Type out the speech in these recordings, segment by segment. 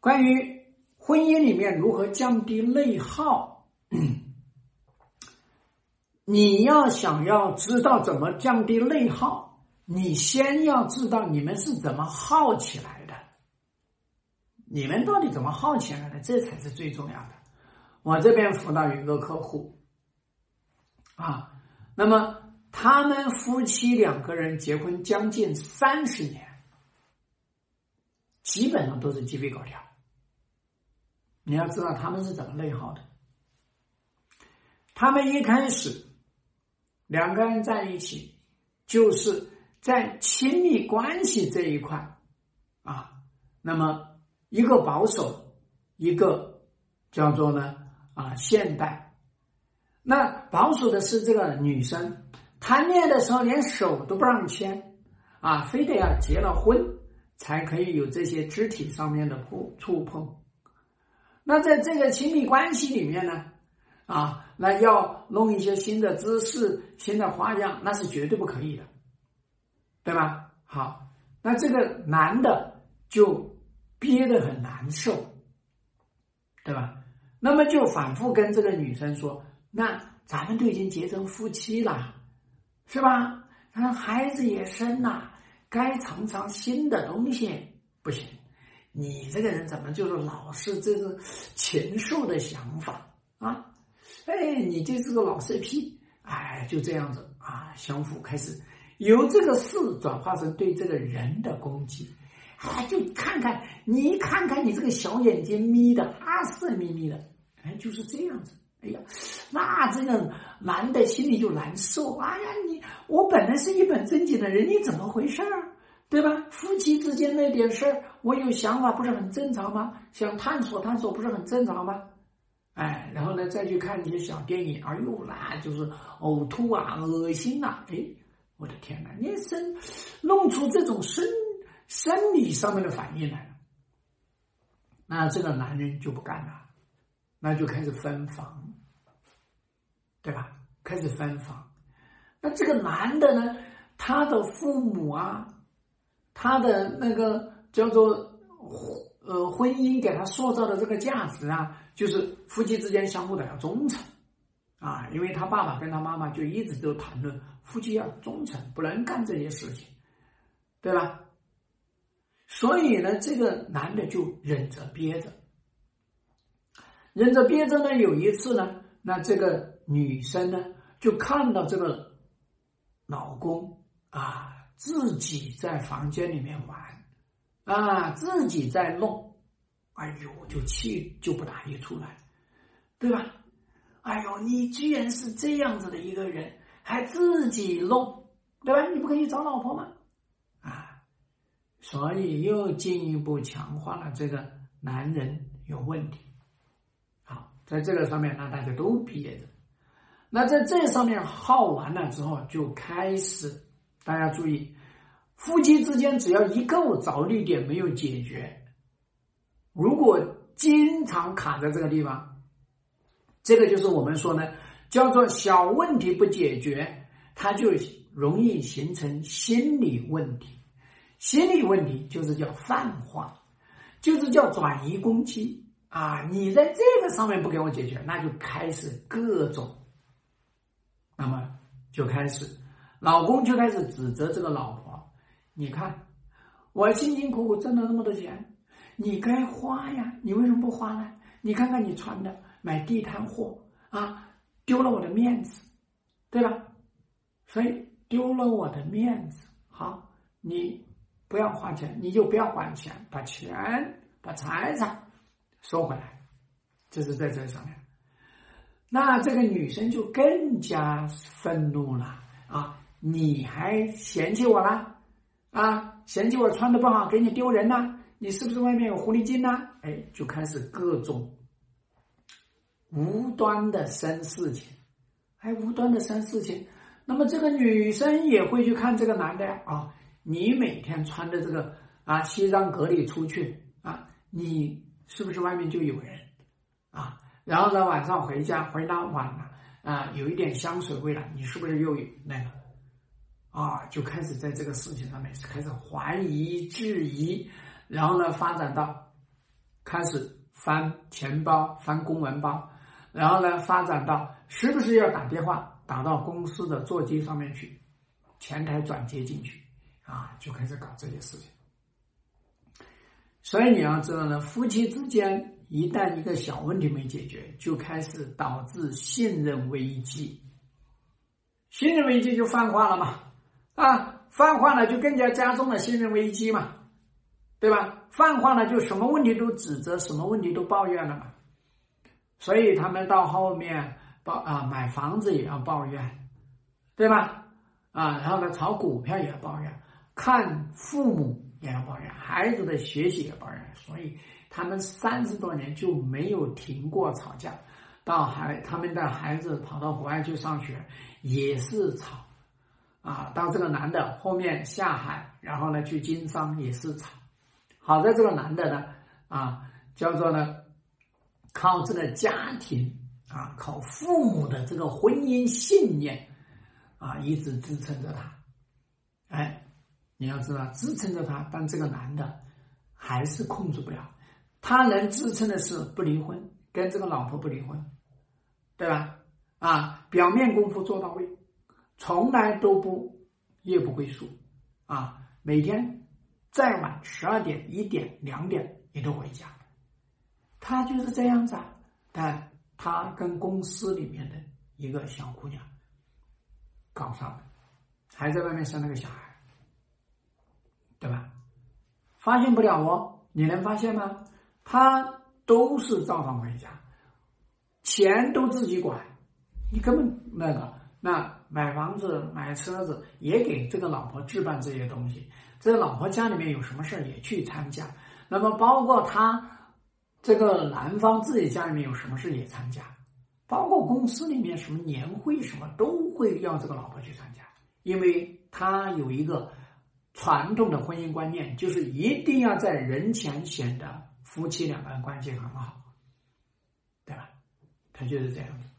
关于婚姻里面如何降低内耗，你要想要知道怎么降低内耗，你先要知道你们是怎么耗起来的，你们到底怎么耗起来的，这才是最重要的。我这边辅导有一个客户那么他们夫妻2个人结婚将近30年，基本上都是鸡飞狗跳。你要知道他们是怎么内耗的。他们一开始2个人在一起，就是在亲密关系这一块那么一个保守，一个叫做呢现代。那保守的是这个女生，谈恋爱的时候连手都不让牵非得要结了婚才可以有这些肢体上面的触碰。那在这个亲密关系里面呢那要弄一些新的姿势、新的花样，那是绝对不可以的，对吧？好，那这个男的就憋得很难受，对吧？那么就反复跟这个女生说，那咱们都已经结成夫妻了，是吧？孩子也生了，该尝尝新的东西。不行，你这个人怎么就是老是这个禽兽的想法你就是个老色批，就这样子相互开始由这个事转化成对这个人的攻击就看看你这个小眼睛眯的色眯眯的，就是这样子。那这个男的心里就难受，我本来是一本正经的人，你怎么回事对吧？夫妻之间那点事儿，我有想法不是很正常吗？想探索探索不是很正常吗？然后呢再去看一些小电影，那就是呕吐恶心我的天哪，你弄出这种生理上面的反应来了。那这个男人就不干了，那就开始分房，对吧？开始分房。那这个男的呢，他的父母他的那个叫做婚姻给他塑造的这个价值就是夫妻之间相互的要忠诚因为他爸爸跟他妈妈就一直都谈论夫妻要忠诚，不能干这些事情，对吧？所以呢，这个男的就忍着憋着呢。有一次呢，那这个女生呢就看到这个老公自己在房间里面玩自己在弄，就气就不打一处来，对吧？你居然是这样子的一个人，还自己弄，对吧？你不可以找老婆吗？所以又进一步强化了这个男人有问题。好，在这个上面让大家都憋着。那在这上面耗完了之后，就开始大家注意，夫妻之间只要一个着力点没有解决，如果经常卡在这个地方，这个就是我们说呢，叫做小问题不解决，它就容易形成心理问题。心理问题就是叫泛化，就是叫转移攻击你在这个上面不给我解决，那就开始各种，那么就开始老公就开始指责这个老婆，你看我辛辛苦苦挣了那么多钱，你该花呀，你为什么不花呢？你看看你穿的，买地摊货丢了我的面子，对吧？所以丢了我的面子，好，你不要花钱，你就不要还钱，把财产收回来，这是在这上面。那这个女生就更加愤怒了你还嫌弃我了嫌弃我穿的不好，给你丢人了，你是不是外面有狐狸精就开始各种无端的生事情，那么这个女生也会去看这个男的你每天穿的这个西装革履出去你是不是外面就有人然后呢晚上回家回到晚了有一点香水味了，你是不是又有那个就开始在这个事情上面开始怀疑质疑，然后呢发展到开始翻钱包、翻公文包，然后呢，发展到是不是要打电话打到公司的座机上面去，前台转接进去啊，就开始搞这些事情。所以你要知道呢，夫妻之间一旦一个小问题没解决，就开始导致信任危机，信任危机就泛化了嘛，泛化了就更加加重了信任危机嘛，对吧？泛化了就什么问题都指责，什么问题都抱怨了嘛。所以他们到后面买房子也要抱怨，对吧？然后呢，炒股票也要抱怨，看父母也要抱怨，孩子的学习也抱怨，所以他们30多年就没有停过吵架。他们的孩子跑到国外去上学也是吵到这个男的后面下海，然后呢去经商也是吵。好在这个男的呢叫做呢靠这个家庭靠父母的这个婚姻信念一直支撑着他。你要知道支撑着他，但这个男的还是控制不了。他能支撑的是不离婚，跟这个老婆不离婚，对吧？表面功夫做到位，从来都不夜不归宿每天再晚12点、1点、2点也都回家。他就是这样子但他跟公司里面的一个小姑娘搞上了，还在外面生了个小孩，对吧？发现不了你能发现吗？他都是照常回家，钱都自己管，你根本那买房子买车子也给这个老婆置办这些东西，这个老婆家里面有什么事也去参加，那么包括他这个男方自己家里面有什么事也参加，包括公司里面什么年会什么都会要这个老婆去参加，因为他有一个传统的婚姻观念，就是一定要在人前显得夫妻两个人关系很好，对吧？他就是这样子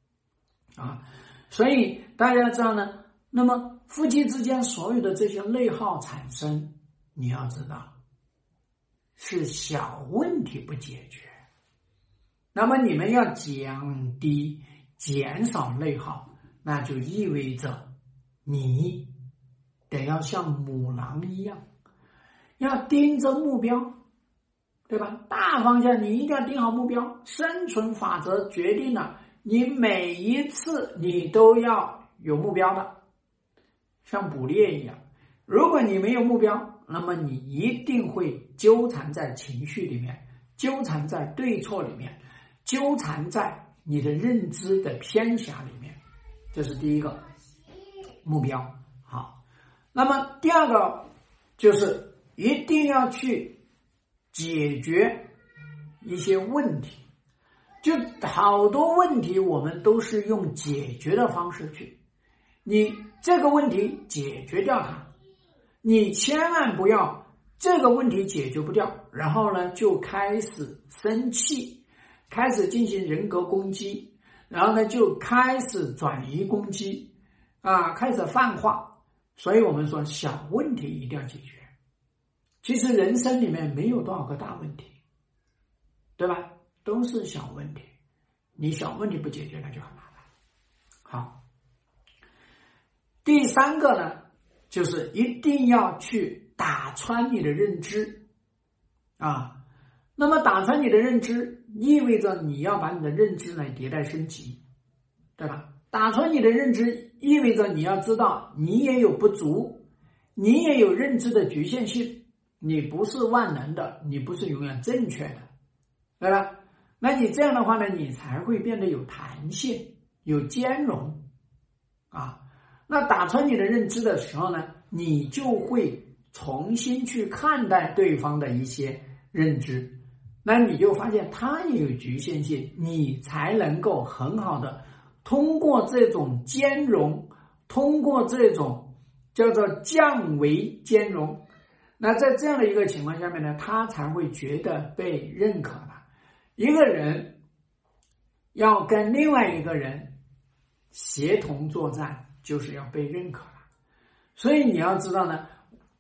所以大家知道呢，那么夫妻之间所有的这些内耗产生，你要知道是小问题不解决，那么你们要降低减少内耗，那就意味着你得要像母狼一样，要盯着目标，对吧？大方向你一定要定好目标，生存法则决定了你每一次你都要有目标的，像捕猎一样。如果你没有目标，那么你一定会纠缠在情绪里面，纠缠在对错里面，纠缠在你的认知的偏狭里面。这是第一个目标。好，那么第二个就是一定要去解决一些问题，就好多问题我们都是用解决的方式去，你这个问题解决掉它，你千万不要这个问题解决不掉，然后呢就开始生气，开始进行人格攻击，然后呢就开始转移攻击开始泛化。所以我们说小问题一定要解决。其实人生里面没有多少个大问题，对吧？都是小问题，你小问题不解决那就很麻烦。好，第三个呢，就是一定要去打穿你的认知那么打穿你的认知意味着你要把你的认知来迭代升级，对吧？打穿你的认知意味着你要知道你也有不足，你也有认知的局限性，你不是万能的，你不是永远正确的，对吧？那你这样的话呢，你才会变得有弹性，有兼容那打穿你的认知的时候呢，你就会重新去看待对方的一些认知，那你就发现他也有局限性，你才能够很好的通过这种兼容，通过这种叫做降维兼容，那在这样的一个情况下面呢，他才会觉得被认可了。一个人要跟另外一个人协同作战，就是要被认可了。所以你要知道呢，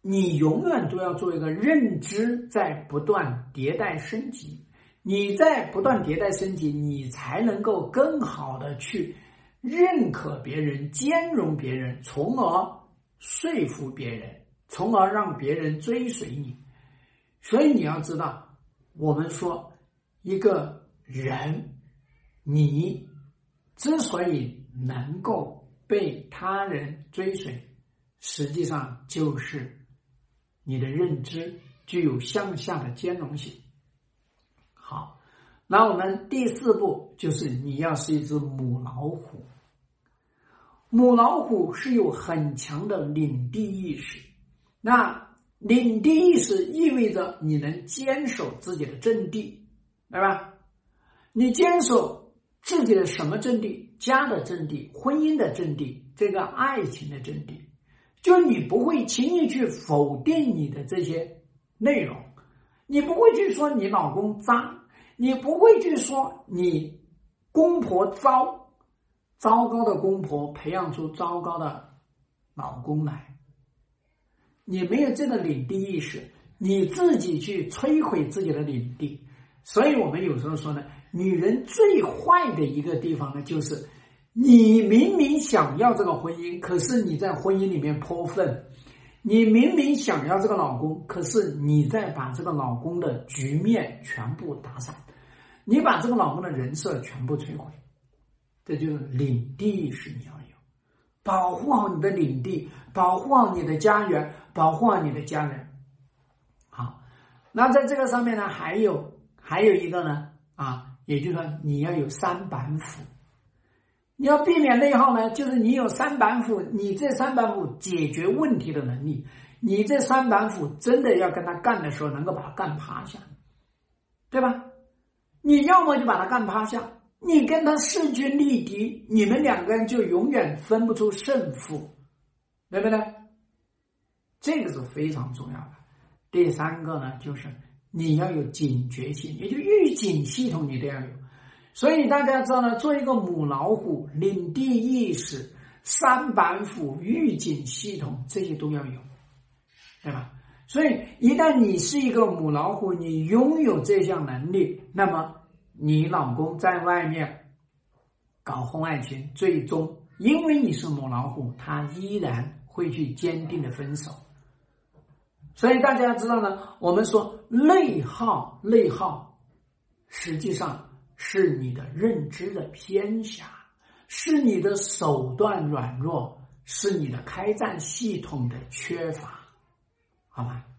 你永远都要做一个认知在不断迭代升级，你在不断迭代升级，你才能够更好的去认可别人，兼容别人，从而说服别人，从而让别人追随你。所以你要知道，我们说一个人，你之所以能够被他人追随，实际上就是你的认知具有向下的兼容性。好，那我们第4步就是你要是一只母老虎。母老虎是有很强的领地意识，那领地意识意味着你能坚守自己的阵地，对吧？你坚守自己的什么阵地？家的阵地，婚姻的阵地，这个爱情的阵地，就你不会轻易去否定你的这些内容，你不会去说你老公渣，你不会去说你公婆糟糕的公婆培养出糟糕的老公来，你没有这个领地意识，你自己去摧毁自己的领地。所以我们有时候说呢，女人最坏的一个地方呢，就是你明明想要这个婚姻，可是你在婚姻里面泼粪，你明明想要这个老公，可是你在把这个老公的局面全部打散，你把这个老公的人设全部摧毁。这就是领地意识，你要有，保护好你的领地，保护好你的家园，保护好你的家人。好，那在这个上面呢，还有一个呢，也就是说你要有3板斧。你要避免内耗呢，就是你有3板斧，你这3板斧解决问题的能力，你这3板斧真的要跟他干的时候，能够把他干趴下，对吧？你要么就把他干趴下，你跟他势均力敌，你们2个人就永远分不出胜负，对不对？这个是非常重要的。第3个呢，就是你要有警觉性，也就预警系统你都要有。所以大家知道呢，做一个母老虎，领地意识、3板斧、预警系统，这些都要有，对吧？所以一旦你是一个母老虎，你拥有这项能力，那么你老公在外面搞婚外情，最终因为你是母老虎，他依然会去坚定的分手。所以大家知道呢，我们说内耗实际上是你的认知的偏狭，是你的手段软弱，是你的开战系统的缺乏，好吧？